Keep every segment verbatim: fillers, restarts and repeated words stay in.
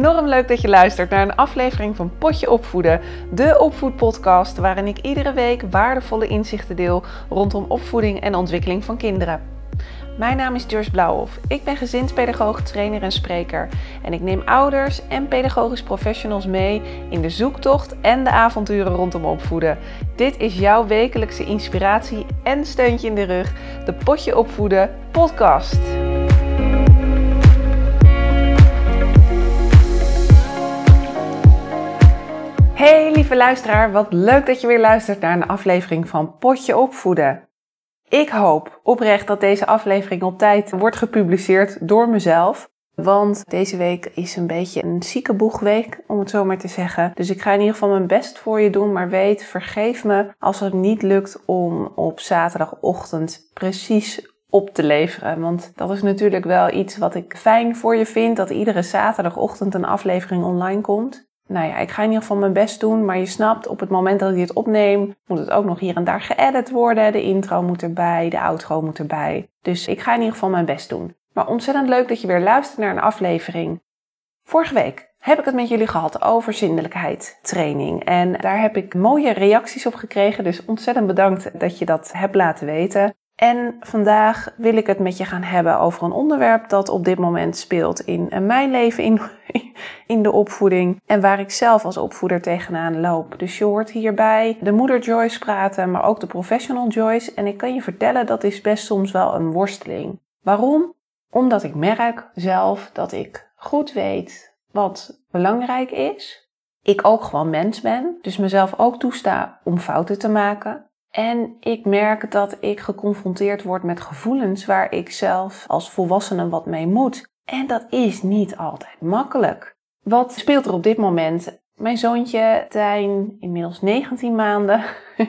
enorm leuk dat je luistert naar een aflevering van Potje Opvoeden, de opvoedpodcast waarin ik iedere week waardevolle inzichten deel rondom opvoeding en ontwikkeling van kinderen. Mijn naam is Joyce Blauwhof. Ik ben gezinspedagoog, trainer en spreker en ik neem ouders en pedagogisch professionals mee in de zoektocht en de avonturen rondom opvoeden. Dit is jouw wekelijkse inspiratie en steuntje in de rug, de Potje Opvoeden podcast. Hey lieve luisteraar, wat leuk dat je weer luistert naar een aflevering van Potje Opvoeden. Ik hoop oprecht dat deze aflevering op tijd wordt gepubliceerd door mezelf. Want deze week is een beetje een ziekeboegweek, om het zo maar te zeggen. Dus ik ga in ieder geval mijn best voor je doen. Maar weet, vergeef me als het niet lukt om op zaterdagochtend precies op te leveren. Want dat is natuurlijk wel iets wat ik fijn voor je vind. Dat iedere zaterdagochtend een aflevering online komt. Nou ja, ik ga in ieder geval mijn best doen, maar je snapt, op het moment dat ik dit opneem, moet het ook nog hier en daar geëdit worden. De intro moet erbij, de outro moet erbij. Dus ik ga in ieder geval mijn best doen. Maar ontzettend leuk dat je weer luistert naar een aflevering. Vorige week heb ik het met jullie gehad over zindelijkheid training. En daar heb ik mooie reacties op gekregen, dus ontzettend bedankt dat je dat hebt laten weten. En vandaag wil ik het met je gaan hebben over een onderwerp dat op dit moment speelt in mijn leven, in, in de opvoeding. En waar ik zelf als opvoeder tegenaan loop. Dus je hoort hierbij de moeder Joyce praten, maar ook de professional Joyce. En ik kan je vertellen, dat is best soms wel een worsteling. Waarom? Omdat ik merk zelf dat ik goed weet wat belangrijk is. Ik ook gewoon mens ben, dus mezelf ook toesta om fouten te maken. En ik merk dat ik geconfronteerd word met gevoelens waar ik zelf als volwassene wat mee moet. En dat is niet altijd makkelijk. Wat speelt er op dit moment? Mijn zoontje Tijn, inmiddels negentien maanden,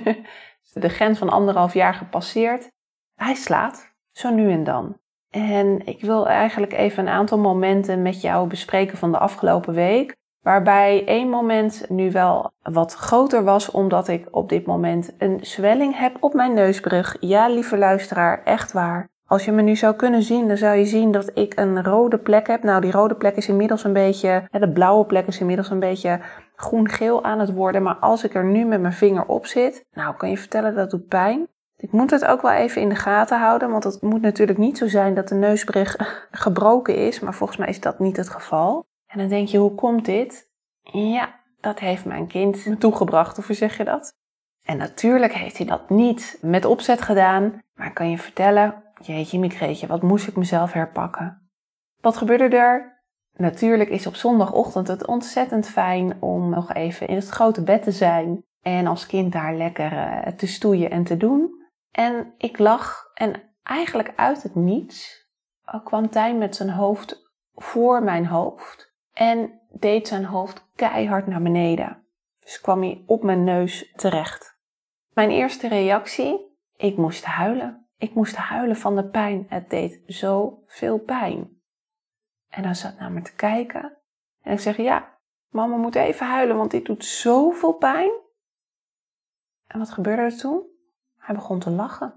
de grens van anderhalf jaar gepasseerd. Hij slaat, zo nu en dan. En ik wil eigenlijk even een aantal momenten met jou bespreken van de afgelopen week. Waarbij één moment nu wel wat groter was, omdat ik op dit moment een zwelling heb op mijn neusbrug. Ja, lieve luisteraar, echt waar. Als je me nu zou kunnen zien, dan zou je zien dat ik een rode plek heb. Nou, die rode plek is inmiddels een beetje, de blauwe plek is inmiddels een beetje groen-geel aan het worden. Maar als ik er nu met mijn vinger op zit, nou, kan je vertellen, dat doet pijn. Ik moet het ook wel even in de gaten houden, want het moet natuurlijk niet zo zijn dat de neusbrug gebroken is. Maar volgens mij is dat niet het geval. En dan denk je, hoe komt dit? Ja, dat heeft mijn kind me toegebracht, of hoe zeg je dat? En natuurlijk heeft hij dat niet met opzet gedaan. Maar ik kan je vertellen, jeetje migreetje, wat moest ik mezelf herpakken? Wat gebeurde er? Natuurlijk is op zondagochtend het ontzettend fijn om nog even in het grote bed te zijn. En als kind daar lekker uh, te stoeien en te doen. En ik lag en eigenlijk uit het niets kwam Tijn met zijn hoofd voor mijn hoofd. En deed zijn hoofd keihard naar beneden. Dus kwam hij op mijn neus terecht. Mijn eerste reactie, ik moest huilen. Ik moest huilen van de pijn. Het deed zoveel pijn. En hij zat naar me te kijken. En ik zeg, ja, mama moet even huilen, want dit doet zoveel pijn. En wat gebeurde er toen? Hij begon te lachen.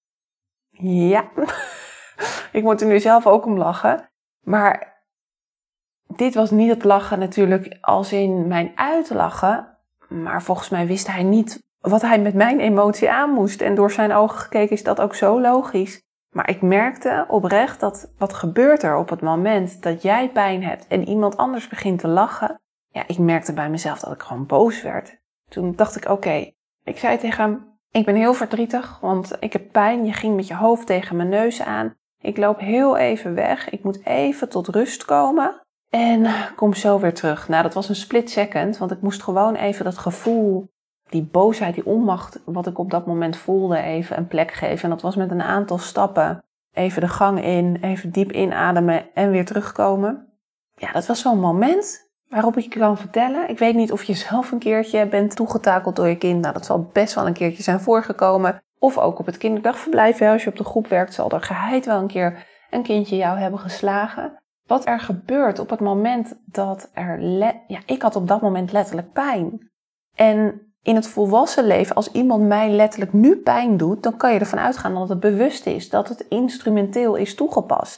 Ja, ik moet er nu zelf ook om lachen. Maar dit was niet het lachen natuurlijk als in mijn uitlachen. Maar volgens mij wist hij niet wat hij met mijn emotie aan moest. En door zijn ogen gekeken is dat ook zo logisch. Maar ik merkte oprecht dat wat gebeurt er op het moment dat jij pijn hebt en iemand anders begint te lachen. Ja, ik merkte bij mezelf dat ik gewoon boos werd. Toen dacht ik, oké, okay. Ik zei tegen hem, ik ben heel verdrietig, want ik heb pijn. Je ging met je hoofd tegen mijn neus aan. Ik loop heel even weg. Ik moet even tot rust komen. En kom zo weer terug. Nou, dat was een split second, want ik moest gewoon even dat gevoel, die boosheid, die onmacht, wat ik op dat moment voelde, even een plek geven. En dat was met een aantal stappen. Even de gang in, even diep inademen en weer terugkomen. Ja, dat was zo'n moment waarop ik je kan vertellen. Ik weet niet of je zelf een keertje bent toegetakeld door je kind. Nou, dat zal best wel een keertje zijn voorgekomen. Of ook op het kinderdagverblijf. Als je op de groep werkt, zal er geheid wel een keer een kindje jou hebben geslagen. Wat er gebeurt op het moment dat er... Le- ja, ik had op dat moment letterlijk pijn. En in het volwassen leven, als iemand mij letterlijk nu pijn doet, dan kan je ervan uitgaan dat het bewust is, dat het instrumenteel is toegepast.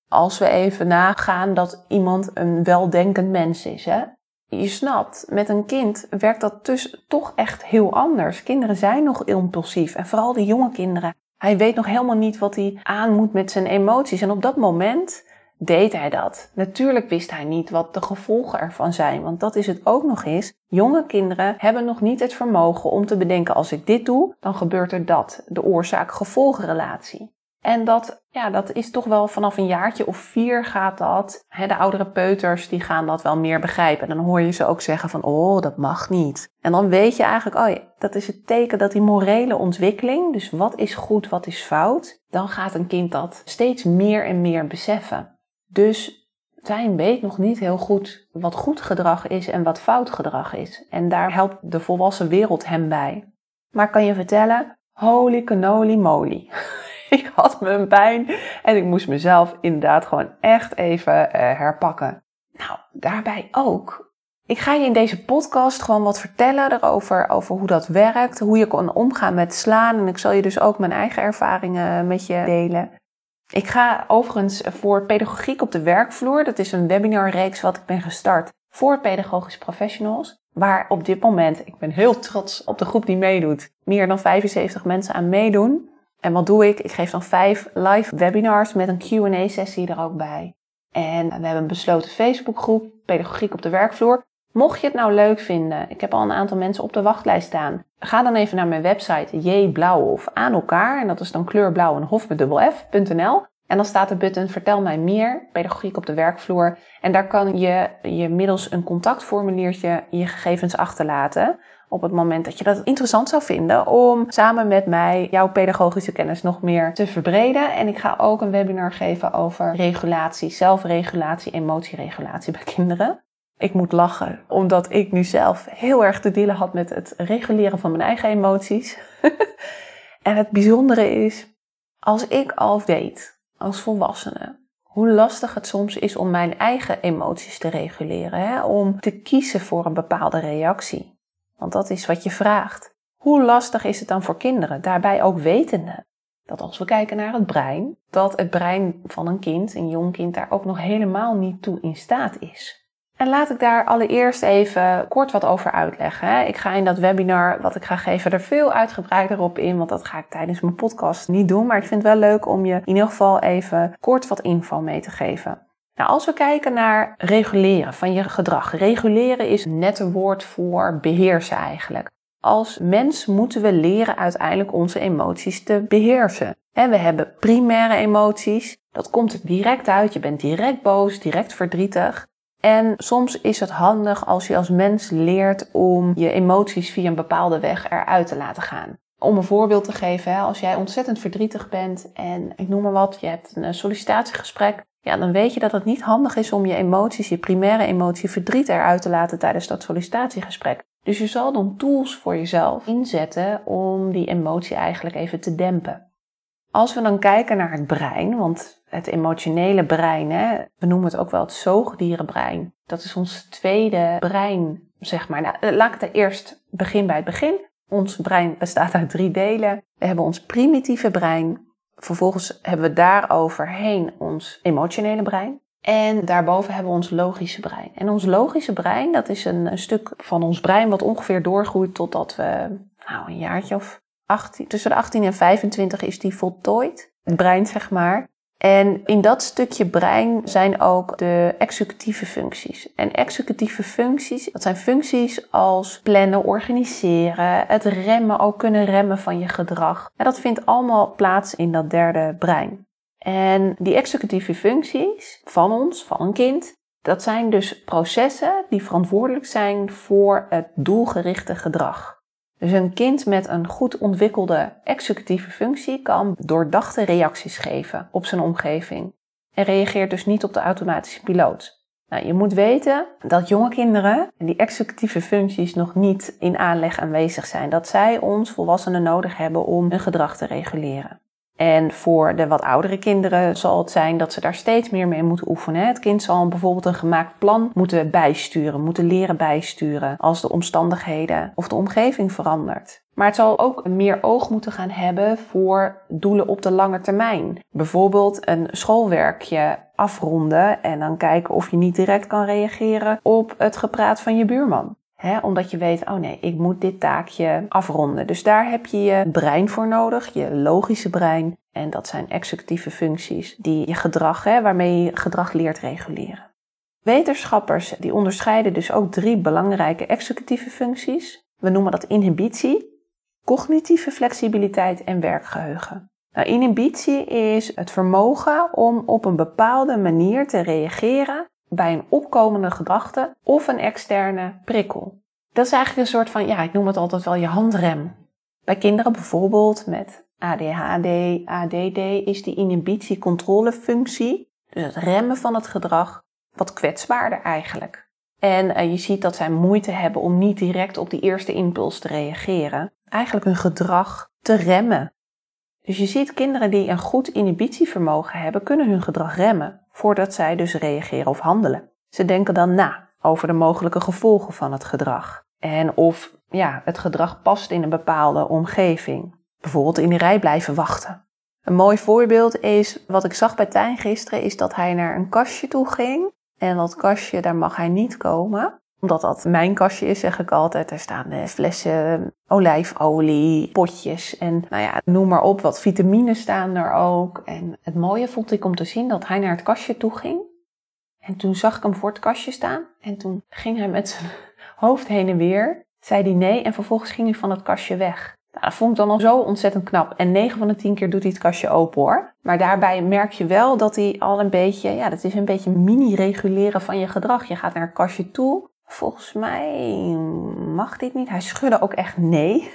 Als we even nagaan dat iemand een weldenkend mens is, hè. Je snapt, met een kind werkt dat dus toch echt heel anders. Kinderen zijn nog impulsief en vooral de jonge kinderen. Hij weet nog helemaal niet wat hij aan moet met zijn emoties. En op dat moment deed hij dat. Natuurlijk wist hij niet wat de gevolgen ervan zijn. Want dat is het ook nog eens. Jonge kinderen hebben nog niet het vermogen om te bedenken, als ik dit doe, dan gebeurt er dat. De oorzaak-gevolgrelatie. En dat, ja, dat is toch wel vanaf een jaartje of vier gaat dat. Hè, de oudere peuters die gaan dat wel meer begrijpen. En dan hoor je ze ook zeggen van, oh, dat mag niet. En dan weet je eigenlijk, oh ja, dat is het teken dat die morele ontwikkeling, dus wat is goed, wat is fout, dan gaat een kind dat steeds meer en meer beseffen. Dus Tijn weet nog niet heel goed wat goed gedrag is en wat fout gedrag is. En daar helpt de volwassen wereld hem bij. Maar ik kan je vertellen, holy cannoli moly. Ik had mijn pijn en ik moest mezelf inderdaad gewoon echt even uh, herpakken. Nou, daarbij ook. Ik ga je in deze podcast gewoon wat vertellen erover, over hoe dat werkt, hoe je kan omgaan met slaan. En ik zal je dus ook mijn eigen ervaringen met je delen. Ik ga overigens voor Pedagogiek op de werkvloer, dat is een webinarreeks wat ik ben gestart voor pedagogisch professionals. Waar op dit moment, ik ben heel trots op de groep die meedoet, meer dan vijfenzeventig mensen aan meedoen. En wat doe ik? Ik geef dan vijf live webinars met een Q en A sessie er ook bij. En we hebben een besloten Facebookgroep, Pedagogiek op de werkvloer. Mocht je het nou leuk vinden, ik heb al een aantal mensen op de wachtlijst staan. Ga dan even naar mijn website jblauwhof aan elkaar. En dat is dan kleurblauw en hof met dubbel f punt n l. En dan staat de button Vertel mij meer, Pedagogiek op de werkvloer. En daar kan je je middels een contactformuliertje je gegevens achterlaten. Op het moment dat je dat interessant zou vinden om samen met mij jouw pedagogische kennis nog meer te verbreden. En ik ga ook een webinar geven over regulatie, zelfregulatie, emotieregulatie bij kinderen. Ik moet lachen, omdat ik nu zelf heel erg te dealen had met het reguleren van mijn eigen emoties. En het bijzondere is, als ik al weet, als volwassene, hoe lastig het soms is om mijn eigen emoties te reguleren. Hè? Om te kiezen voor een bepaalde reactie. Want dat is wat je vraagt. Hoe lastig is het dan voor kinderen? Daarbij ook wetende dat als we kijken naar het brein, dat het brein van een kind, een jong kind, daar ook nog helemaal niet toe in staat is. En laat ik daar allereerst even kort wat over uitleggen. Hè. Ik ga in dat webinar wat ik ga geven er veel uitgebreider op in, want dat ga ik tijdens mijn podcast niet doen. Maar ik vind het wel leuk om je in ieder geval even kort wat info mee te geven. Nou, als we kijken naar reguleren van je gedrag. Reguleren is net een woord voor beheersen eigenlijk. Als mens moeten we leren uiteindelijk onze emoties te beheersen. En we hebben primaire emoties. Dat komt er direct uit. Je bent direct boos, direct verdrietig. En soms is het handig als je als mens leert om je emoties via een bepaalde weg eruit te laten gaan. Om een voorbeeld te geven, als jij ontzettend verdrietig bent en ik noem maar wat, je hebt een sollicitatiegesprek. Ja, dan weet je dat het niet handig is om je emoties, je primaire emotie, verdriet eruit te laten tijdens dat sollicitatiegesprek. Dus je zal dan tools voor jezelf inzetten om die emotie eigenlijk even te dempen. Als we dan kijken naar het brein, want het emotionele brein, hè, we noemen het ook wel het zoogdierenbrein. Dat is ons tweede brein, zeg maar. Nou, laat ik er eerst begin bij het begin. Ons brein bestaat uit drie delen. We hebben ons primitieve brein. Vervolgens hebben we daaroverheen ons emotionele brein. En daarboven hebben we ons logische brein. En ons logische brein, dat is een, een stuk van ons brein wat ongeveer doorgroeit totdat we, nou, een jaartje of achttien, tussen de achttien en vijfentwintig is die voltooid. Het brein, zeg maar. En in dat stukje brein zijn ook de executieve functies. En executieve functies, dat zijn functies als plannen, organiseren, het remmen, ook kunnen remmen van je gedrag. En dat vindt allemaal plaats in dat derde brein. En die executieve functies van ons, van een kind, dat zijn dus processen die verantwoordelijk zijn voor het doelgerichte gedrag. Dus een kind met een goed ontwikkelde executieve functie kan doordachte reacties geven op zijn omgeving. En reageert dus niet op de automatische piloot. Nou, je moet weten dat jonge kinderen die executieve functies nog niet in aanleg aanwezig zijn. Dat zij ons volwassenen nodig hebben om hun gedrag te reguleren. En voor de wat oudere kinderen zal het zijn dat ze daar steeds meer mee moeten oefenen. Het kind zal bijvoorbeeld een gemaakt plan moeten bijsturen, moeten leren bijsturen als de omstandigheden of de omgeving verandert. Maar het zal ook meer oog moeten gaan hebben voor doelen op de lange termijn. Bijvoorbeeld een schoolwerkje afronden en dan kijken of je niet direct kan reageren op het gepraat van je buurman. He, omdat je weet, oh nee, ik moet dit taakje afronden. Dus daar heb je je brein voor nodig, je logische brein. En dat zijn executieve functies die je gedrag, he, waarmee je gedrag leert reguleren. Wetenschappers die onderscheiden dus ook drie belangrijke executieve functies. We noemen dat inhibitie, cognitieve flexibiliteit en werkgeheugen. Nou, inhibitie is het vermogen om op een bepaalde manier te reageren bij een opkomende gedachte of een externe prikkel. Dat is eigenlijk een soort van, ja, ik noem het altijd wel je handrem. Bij kinderen bijvoorbeeld met A D H D, A D D is die inhibitie-controlefunctie, dus het remmen van het gedrag, wat kwetsbaarder eigenlijk. En uh, je ziet dat zij moeite hebben om niet direct op die eerste impuls te reageren. Eigenlijk hun gedrag te remmen. Dus je ziet kinderen die een goed inhibitievermogen hebben, kunnen hun gedrag remmen, voordat zij dus reageren of handelen. Ze denken dan na over de mogelijke gevolgen van het gedrag. En of ja, het gedrag past in een bepaalde omgeving. Bijvoorbeeld in de rij blijven wachten. Een mooi voorbeeld is, wat ik zag bij Tijn gisteren, is dat hij naar een kastje toe ging. En dat kastje, daar mag hij niet komen. Omdat dat mijn kastje is, zeg ik altijd. Er staan flessen olijfolie, potjes en nou ja, noem maar op. Wat vitamines staan er ook. En het mooie vond ik om te zien dat hij naar het kastje toe ging. En toen zag ik hem voor het kastje staan. En toen ging hij met zijn hoofd heen en weer. Zei hij nee en vervolgens ging hij van het kastje weg. Nou, dat vond ik dan al zo ontzettend knap. En negen van de tien keer doet hij het kastje open hoor. Maar daarbij merk je wel dat hij al een beetje, ja, dat is een beetje mini-reguleren van je gedrag. Je gaat naar het kastje toe. Volgens mij mag dit niet. Hij schudde ook echt nee.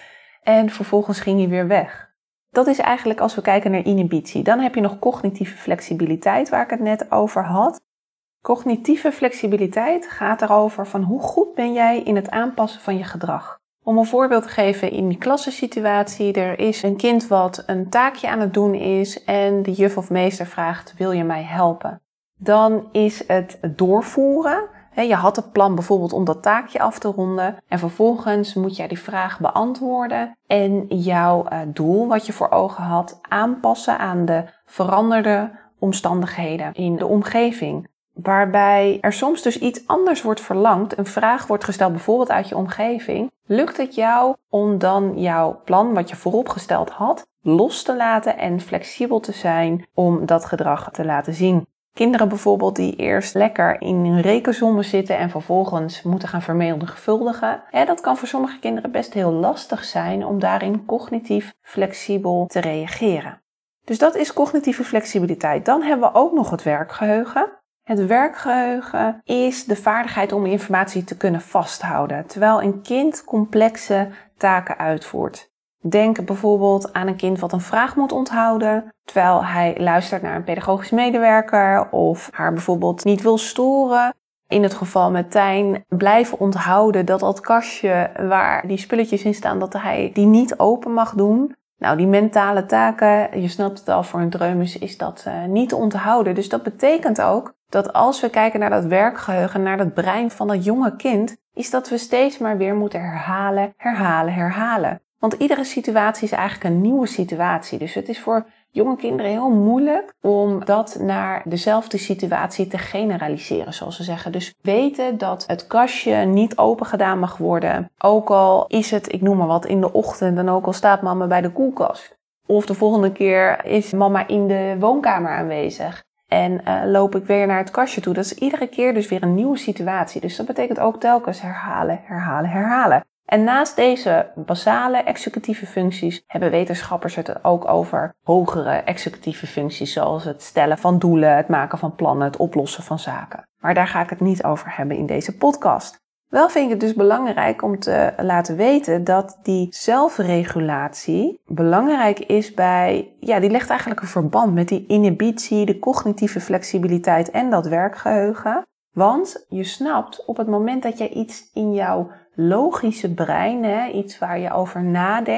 En vervolgens ging hij weer weg. Dat is eigenlijk als we kijken naar inhibitie. Dan heb je nog cognitieve flexibiliteit, waar ik het net over had. Cognitieve flexibiliteit gaat erover van hoe goed ben jij in het aanpassen van je gedrag. Om een voorbeeld te geven in die klassensituatie. Er is een kind wat een taakje aan het doen is en de juf of meester vraagt, wil je mij helpen? Dan is het doorvoeren. Je had het plan bijvoorbeeld om dat taakje af te ronden en vervolgens moet jij die vraag beantwoorden en jouw doel wat je voor ogen had aanpassen aan de veranderde omstandigheden in de omgeving. Waarbij er soms dus iets anders wordt verlangd, een vraag wordt gesteld bijvoorbeeld uit je omgeving. Lukt het jou om dan jouw plan wat je vooropgesteld had los te laten en flexibel te zijn om dat gedrag te laten zien? Kinderen bijvoorbeeld die eerst lekker in hun rekensommen zitten en vervolgens moeten gaan vermenigvuldigen. Ja, dat kan voor sommige kinderen best heel lastig zijn om daarin cognitief flexibel te reageren. Dus dat is cognitieve flexibiliteit. Dan hebben we ook nog het werkgeheugen. Het werkgeheugen is de vaardigheid om informatie te kunnen vasthouden, terwijl een kind complexe taken uitvoert. Denk bijvoorbeeld aan een kind wat een vraag moet onthouden, terwijl hij luistert naar een pedagogisch medewerker of haar bijvoorbeeld niet wil storen. In het geval met Tijn blijven onthouden dat dat kastje waar die spulletjes in staan, dat hij die niet open mag doen. Nou, die mentale taken, je snapt het al, voor een dreumes is dat uh, niet te onthouden. Dus dat betekent ook dat als we kijken naar dat werkgeheugen, naar dat brein van dat jonge kind, is dat we steeds maar weer moeten herhalen, herhalen, herhalen. Want iedere situatie is eigenlijk een nieuwe situatie. Dus het is voor jonge kinderen heel moeilijk om dat naar dezelfde situatie te generaliseren, zoals ze zeggen. Dus weten dat het kastje niet open gedaan mag worden. Ook al is het, ik noem maar wat, in de ochtend en ook al staat mama bij de koelkast. Of de volgende keer is mama in de woonkamer aanwezig. En uh, loop ik weer naar het kastje toe. Dat is iedere keer dus weer een nieuwe situatie. Dus dat betekent ook telkens herhalen, herhalen, herhalen. En naast deze basale executieve functies hebben wetenschappers het ook over hogere executieve functies, zoals het stellen van doelen, het maken van plannen, het oplossen van zaken. Maar daar ga ik het niet over hebben in deze podcast. Wel vind ik het dus belangrijk om te laten weten dat die zelfregulatie belangrijk is bij, ja, die legt eigenlijk een verband met die inhibitie, de cognitieve flexibiliteit en dat werkgeheugen. Want je snapt op het moment dat jij iets in jouw logische brein, hè, iets waar je over nadenkt,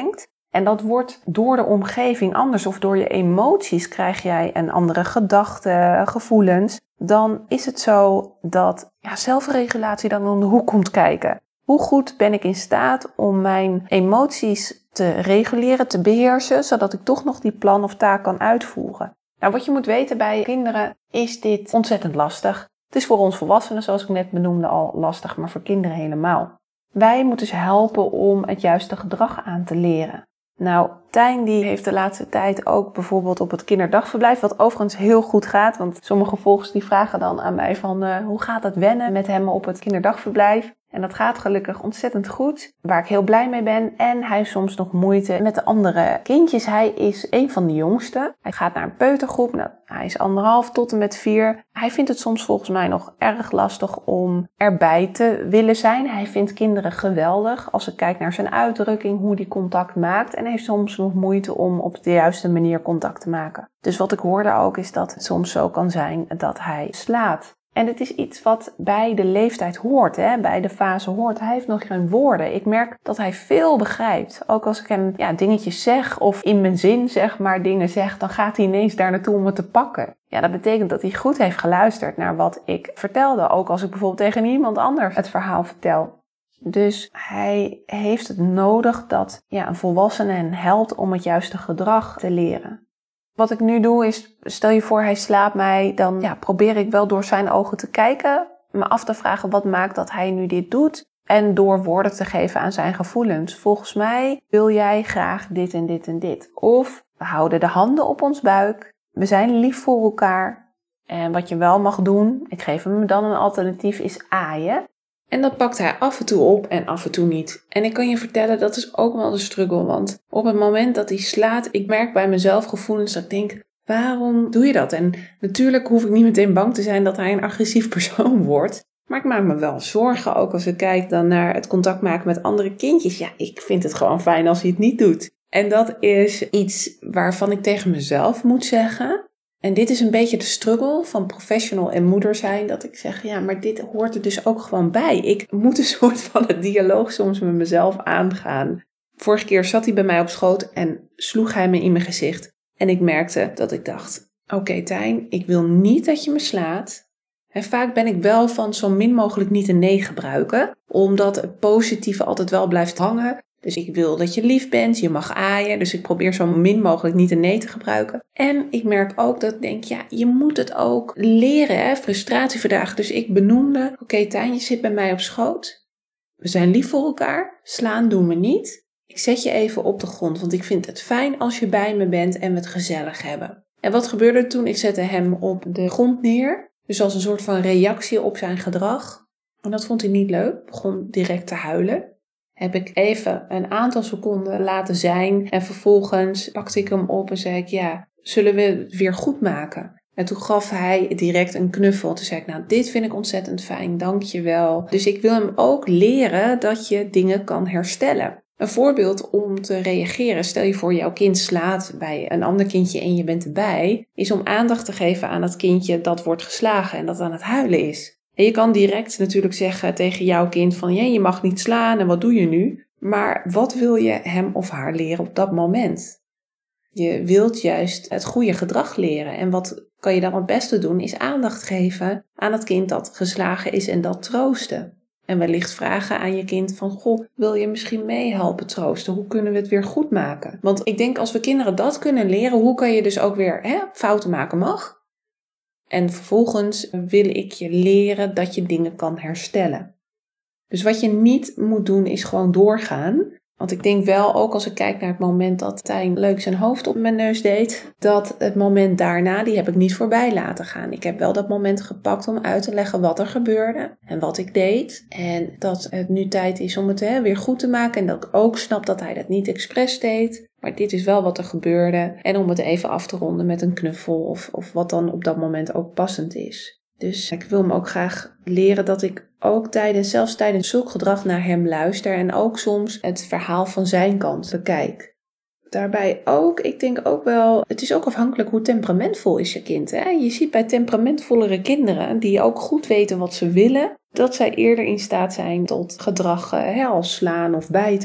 En dat wordt door de omgeving anders of door je emoties krijg jij een andere gedachte, gevoelens. Dan is het zo dat ja, zelfregulatie dan om de hoek komt kijken. Hoe goed ben ik in staat om mijn emoties te reguleren, te beheersen, zodat ik toch nog die plan of taak kan uitvoeren? Nou, wat je moet weten bij kinderen is dit ontzettend lastig. Het is voor ons volwassenen, zoals ik net benoemde, al lastig, maar voor kinderen helemaal. Wij moeten ze helpen om het juiste gedrag aan te leren. Nou, Tijn die heeft de laatste tijd ook bijvoorbeeld op het kinderdagverblijf, wat overigens heel goed gaat, want sommige volgers die vragen dan aan mij van uh, hoe gaat het wennen met hem op het kinderdagverblijf? En dat gaat gelukkig ontzettend goed, waar ik heel blij mee ben. En hij heeft soms nog moeite met de andere kindjes. Hij is een van de jongste. Hij gaat naar een peutergroep. Nou, hij is anderhalf tot en met vier. Hij vindt het soms volgens mij nog erg lastig om erbij te willen zijn. Hij vindt kinderen geweldig als ik kijk naar zijn uitdrukking, hoe hij contact maakt. En hij heeft soms nog moeite om op de juiste manier contact te maken. Dus wat ik hoorde ook is dat het soms zo kan zijn dat hij slaat. En het is iets wat bij de leeftijd hoort, hè? Bij de fase hoort. Hij heeft nog geen woorden. Ik merk dat hij veel begrijpt. Ook als ik hem ja, dingetjes zeg of in mijn zin zeg maar dingen zeg, dan gaat hij ineens daar naartoe om het te pakken. Ja, dat betekent dat hij goed heeft geluisterd naar wat ik vertelde. Ook als ik bijvoorbeeld tegen iemand anders het verhaal vertel. Dus hij heeft het nodig dat ja, een volwassene hem helpt om het juiste gedrag te leren. Wat ik nu doe is, stel je voor hij slaapt mij, dan ja, probeer ik wel door zijn ogen te kijken, me af te vragen wat maakt dat hij nu dit doet en door woorden te geven aan zijn gevoelens. Volgens mij wil jij graag dit en dit en dit. Of we houden de handen op ons buik, we zijn lief voor elkaar en wat je wel mag doen, ik geef hem dan een alternatief, is aaien. En dat pakt hij af en toe op en af en toe niet. En ik kan je vertellen, dat is ook wel de struggle. Want op het moment dat hij slaat, ik merk bij mezelf gevoelens dat ik denk, waarom doe je dat? En natuurlijk hoef ik niet meteen bang te zijn dat hij een agressief persoon wordt. Maar ik maak me wel zorgen, ook als ik kijk dan naar het contact maken met andere kindjes. Ja, ik vind het gewoon fijn als hij het niet doet. En dat is iets waarvan ik tegen mezelf moet zeggen. En dit is een beetje de struggle van professional en moeder zijn. Dat ik zeg, ja, maar dit hoort er dus ook gewoon bij. Ik moet een soort van het dialoog soms met mezelf aangaan. Vorige keer zat hij bij mij op schoot en sloeg hij me in mijn gezicht. En ik merkte dat ik dacht, oké okay, Tijn, ik wil niet dat je me slaat. En vaak ben ik wel van zo min mogelijk niet een nee gebruiken. Omdat het positieve altijd wel blijft hangen. Dus ik wil dat je lief bent, je mag aaien. Dus ik probeer zo min mogelijk niet een nee te gebruiken. En ik merk ook dat ik denk, ja, je moet het ook leren, hè? Frustratie verdragen. Dus ik benoemde, oké okay, Tijn, je zit bij mij op schoot. We zijn lief voor elkaar. Slaan doen we niet. Ik zet je even op de grond, want ik vind het fijn als je bij me bent en we het gezellig hebben. En wat gebeurde toen? Ik zette hem op de grond neer. Dus als een soort van reactie op zijn gedrag. En dat vond hij niet leuk. Begon direct te huilen. Heb ik even een aantal seconden laten zijn. En vervolgens pakte ik hem op en zei ik, ja, zullen we het weer goed maken? En toen gaf hij direct een knuffel. Toen zei ik, nou, dit vind ik ontzettend fijn, dank je wel. Dus ik wil hem ook leren dat je dingen kan herstellen. Een voorbeeld om te reageren, stel je voor jouw kind slaat bij een ander kindje en je bent erbij, is om aandacht te geven aan het kindje dat wordt geslagen en dat aan het huilen is. En je kan direct natuurlijk zeggen tegen jouw kind van, ja, je mag niet slaan en wat doe je nu? Maar wat wil je hem of haar leren op dat moment? Je wilt juist het goede gedrag leren. En wat kan je dan het beste doen, is aandacht geven aan het kind dat geslagen is en dat troosten. En wellicht vragen aan je kind van, goh, wil je misschien meehelpen troosten? Hoe kunnen we het weer goed maken? Want ik denk als we kinderen dat kunnen leren, hoe kan je dus ook weer hè, fouten maken mag? En vervolgens wil ik je leren dat je dingen kan herstellen. Dus wat je niet moet doen is gewoon doorgaan. Want ik denk wel, ook als ik kijk naar het moment dat Tijn leuk zijn hoofd op mijn neus deed, dat het moment daarna, die heb ik niet voorbij laten gaan. Ik heb wel dat moment gepakt om uit te leggen wat er gebeurde en wat ik deed. En dat het nu tijd is om het hè, weer goed te maken. En dat ik ook snap dat hij dat niet expres deed. Maar dit is wel wat er gebeurde. En om het even af te ronden met een knuffel of, of wat dan op dat moment ook passend is. Dus ik wil hem ook graag leren dat ik ook tijdens, zelfs tijdens zulk gedrag naar hem luister. En ook soms het verhaal van zijn kant bekijk. Daarbij ook, ik denk ook wel, het is ook afhankelijk hoe temperamentvol is je kind. Hè? Je ziet bij temperamentvollere kinderen, die ook goed weten wat ze willen, dat zij eerder in staat zijn tot gedrag hè, als slaan of bijten.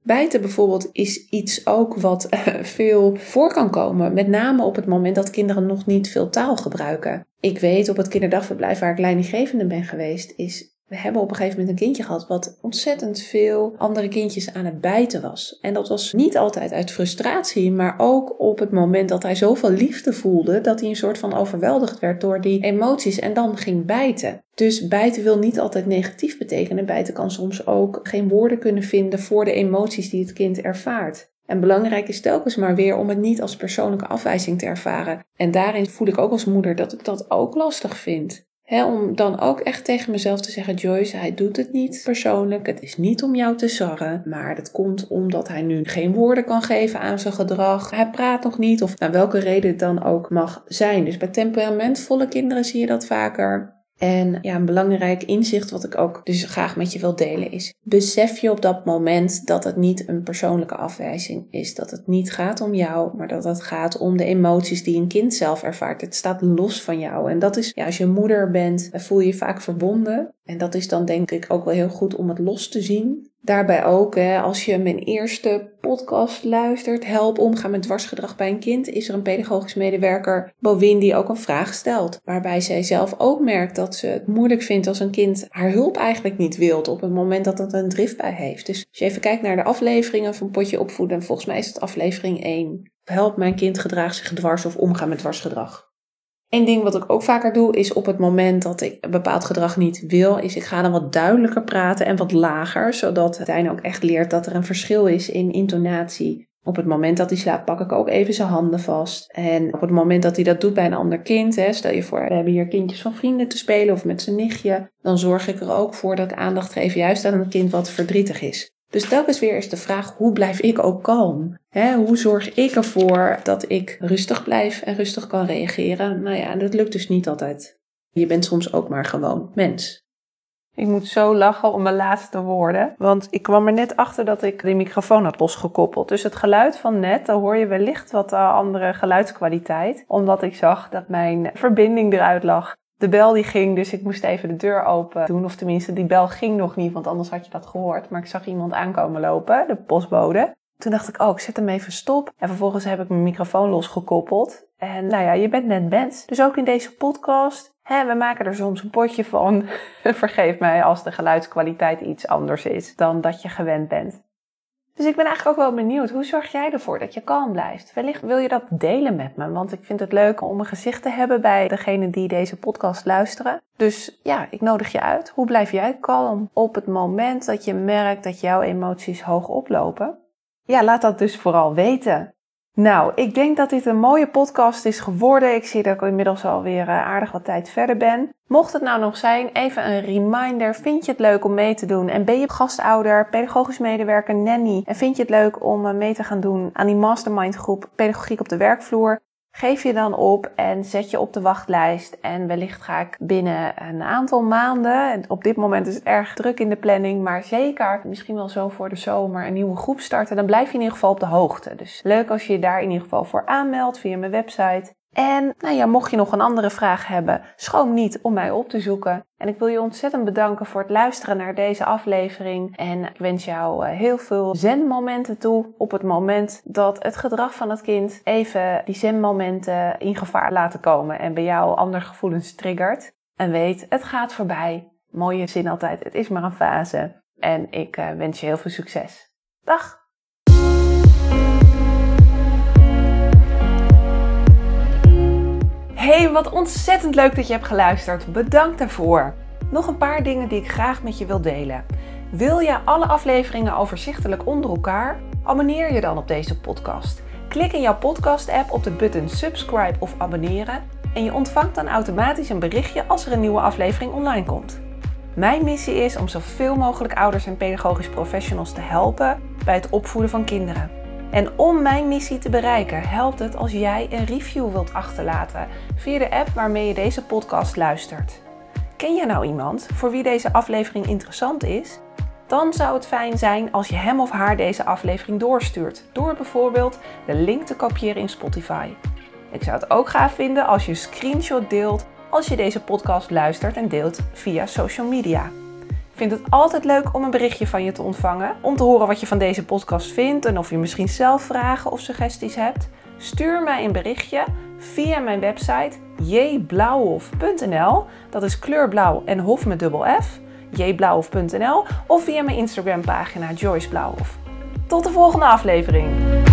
Bijten bijvoorbeeld is iets ook wat uh, veel voor kan komen. Met name op het moment dat kinderen nog niet veel taal gebruiken. Ik weet op het kinderdagverblijf waar ik leidinggevende ben geweest, is... We hebben op een gegeven moment een kindje gehad wat ontzettend veel andere kindjes aan het bijten was. En dat was niet altijd uit frustratie, maar ook op het moment dat hij zoveel liefde voelde, dat hij een soort van overweldigd werd door die emoties en dan ging bijten. Dus bijten wil niet altijd negatief betekenen. Bijten kan soms ook geen woorden kunnen vinden voor de emoties die het kind ervaart. En belangrijk is telkens maar weer om het niet als persoonlijke afwijzing te ervaren. En daarin voel ik ook als moeder dat ik dat ook lastig vind. He, om dan ook echt tegen mezelf te zeggen, Joyce, hij doet het niet persoonlijk. Het is niet om jou te sarren, maar dat komt omdat hij nu geen woorden kan geven aan zijn gedrag. Hij praat nog niet of naar welke reden het dan ook mag zijn. Dus bij temperamentvolle kinderen zie je dat vaker. En ja, een belangrijk inzicht wat ik ook dus graag met je wil delen is, besef je op dat moment dat het niet een persoonlijke afwijzing is. Dat het niet gaat om jou, maar dat het gaat om de emoties die een kind zelf ervaart. Het staat los van jou. En dat is, ja, als je moeder bent, voel je je vaak verbonden. En dat is dan denk ik ook wel heel goed om het los te zien. Daarbij ook, hè, als je mijn eerste podcast luistert, Help omgaan met dwarsgedrag bij een kind, is er een pedagogisch medewerker, Bowin, die ook een vraag stelt. Waarbij zij zelf ook merkt dat ze het moeilijk vindt als een kind haar hulp eigenlijk niet wilt op het moment dat het een driftbui heeft. Dus als je even kijkt naar de afleveringen van Potje Opvoeden, volgens mij is het aflevering één. Help, mijn kind gedraagt zich dwars of omgaan met dwarsgedrag. Eén ding wat ik ook vaker doe is op het moment dat ik een bepaald gedrag niet wil, is ik ga dan wat duidelijker praten en wat lager, zodat Tijn ook echt leert dat er een verschil is in intonatie. Op het moment dat hij slaapt pak ik ook even zijn handen vast. En op het moment dat hij dat doet bij een ander kind, hè, stel je voor we hebben hier kindjes van vrienden te spelen of met zijn nichtje, dan zorg ik er ook voor dat ik aandacht geef juist aan een kind wat verdrietig is. Dus telkens weer is de vraag, hoe blijf ik ook kalm? He, hoe zorg ik ervoor dat ik rustig blijf en rustig kan reageren? Nou ja, dat lukt dus niet altijd. Je bent soms ook maar gewoon mens. Ik moet zo lachen om mijn laatste woorden. Want ik kwam er net achter dat ik de microfoon had losgekoppeld. Dus het geluid van net, dan hoor je wellicht wat andere geluidskwaliteit. Omdat ik zag dat mijn verbinding eruit lag. De bel die ging, dus ik moest even de deur open doen. Of tenminste, die bel ging nog niet, want anders had je dat gehoord. Maar ik zag iemand aankomen lopen, de postbode. Toen dacht ik, oh, ik zet hem even stop. En vervolgens heb ik mijn microfoon losgekoppeld. En nou ja, je bent net mens. Dus ook in deze podcast, hè, we maken er soms een potje van. Vergeef mij als de geluidskwaliteit iets anders is dan dat je gewend bent. Dus ik ben eigenlijk ook wel benieuwd, hoe zorg jij ervoor dat je kalm blijft? Wellicht wil je dat delen met me, want ik vind het leuk om een gezicht te hebben bij degenen die deze podcast luisteren. Dus ja, ik nodig je uit. Hoe blijf jij kalm op het moment dat je merkt dat jouw emoties hoog oplopen? Ja, laat dat dus vooral weten. Nou, ik denk dat dit een mooie podcast is geworden. Ik zie dat ik inmiddels alweer aardig wat tijd verder ben. Mocht het nou nog zijn, even een reminder. Vind je het leuk om mee te doen? En ben je gastouder, pedagogisch medewerker, nanny? En vind je het leuk om mee te gaan doen aan die mastermind groep Pedagogiek op de werkvloer? Geef je dan op en zet je op de wachtlijst. En wellicht ga ik binnen een aantal maanden, en op dit moment is het erg druk in de planning, maar zeker misschien wel zo voor de zomer een nieuwe groep starten. Dan blijf je in ieder geval op de hoogte. Dus leuk als je je daar in ieder geval voor aanmeldt via mijn website. En nou ja, mocht je nog een andere vraag hebben, schroom niet om mij op te zoeken. En ik wil je ontzettend bedanken voor het luisteren naar deze aflevering. En ik wens jou heel veel zenmomenten toe op het moment dat het gedrag van het kind even die zenmomenten in gevaar laten komen. En bij jou andere gevoelens triggert. En weet, het gaat voorbij. Mooie zin altijd, het is maar een fase. En ik wens je heel veel succes. Dag! Hey, wat ontzettend leuk dat je hebt geluisterd. Bedankt daarvoor. Nog een paar dingen die ik graag met je wil delen. Wil je alle afleveringen overzichtelijk onder elkaar? Abonneer je dan op deze podcast. Klik in jouw podcast-app op de button subscribe of abonneren en je ontvangt dan automatisch een berichtje als er een nieuwe aflevering online komt. Mijn missie is om zoveel mogelijk ouders en pedagogisch professionals te helpen bij het opvoeden van kinderen. En om mijn missie te bereiken, helpt het als jij een review wilt achterlaten via de app waarmee je deze podcast luistert. Ken je nou iemand voor wie deze aflevering interessant is? Dan zou het fijn zijn als je hem of haar deze aflevering doorstuurt, door bijvoorbeeld de link te kopiëren in Spotify. Ik zou het ook gaaf vinden als je een screenshot deelt als je deze podcast luistert en deelt via social media. Ik vind het altijd leuk om een berichtje van je te ontvangen. Om te horen wat je van deze podcast vindt en of je misschien zelf vragen of suggesties hebt. Stuur mij een berichtje via mijn website j blauwhof punt n l. Dat is kleurblauw en hof met dubbel F. j blauwhof punt n l of via mijn Instagram pagina Joyce Blauwhof. Tot de volgende aflevering.